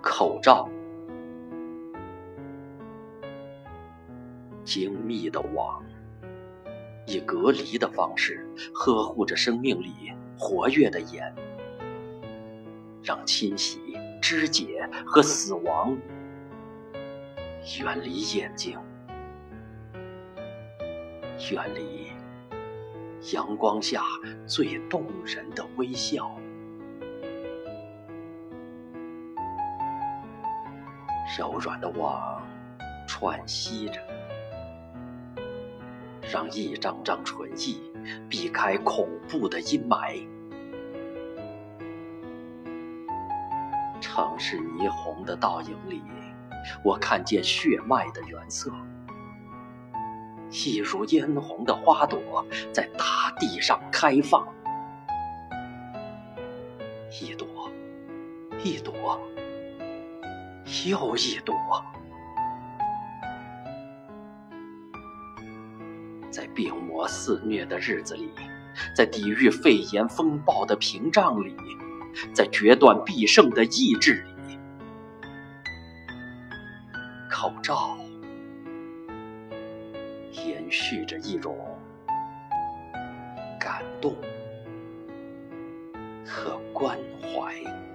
口罩，精密的网，以隔离的方式呵护着生命里活跃的眼，让侵袭、肢解和死亡远离眼睛，远离阳光下最动人的微笑。柔软的网喘息着，让一张张唇翼避开恐怖的阴霾。城市霓虹的倒影里，我看见血脉的原色，一如嫣红的花朵在大地上开放，一朵一朵又一朵。在病魔肆虐的日子里，在抵御肺炎风暴的屏障里，在决断必胜的意志里，口罩延续着一种感动和关怀。